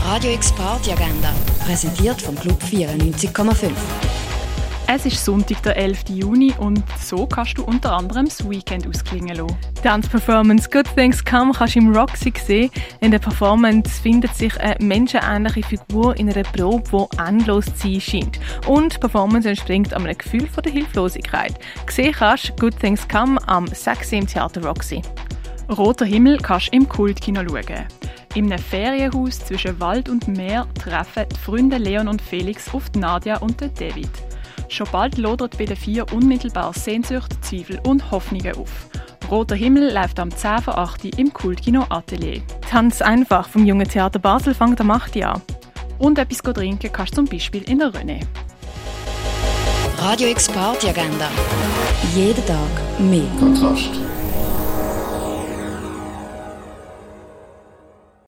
Radio X Party Agenda, präsentiert vom Club 94,5. Es ist Sonntag, der 11. Juni und so kannst du unter anderem das Weekend ausklingen lassen. Die Tanzperformance «Good Things Come» kannst du im Roxy sehen. In der Performance findet sich eine menschenähnliche Figur in einer Probe, die endlos zu sein scheint. Und die Performance entspringt einem Gefühl von der Hilflosigkeit. Gesehen kannst du «Good Things Come» am 6. im Theater Roxy. «Roter Himmel» kannst du im Kultkino schauen. In einem Ferienhaus zwischen Wald und Meer treffen die Freunde Leon und Felix auf Nadia und David. Schon bald lodert bei den vier unmittelbar Sehnsucht, Zweifel und Hoffnungen auf. «Roter Himmel» läuft am 10 vor 8 im Kultkino Atelier. «Tanz einfach» vom Jungen Theater Basel fängt am 8 an. Und etwas trinken kannst du zum Beispiel in der René. Radio X Party Agenda. Jeden Tag mehr. Kontrast.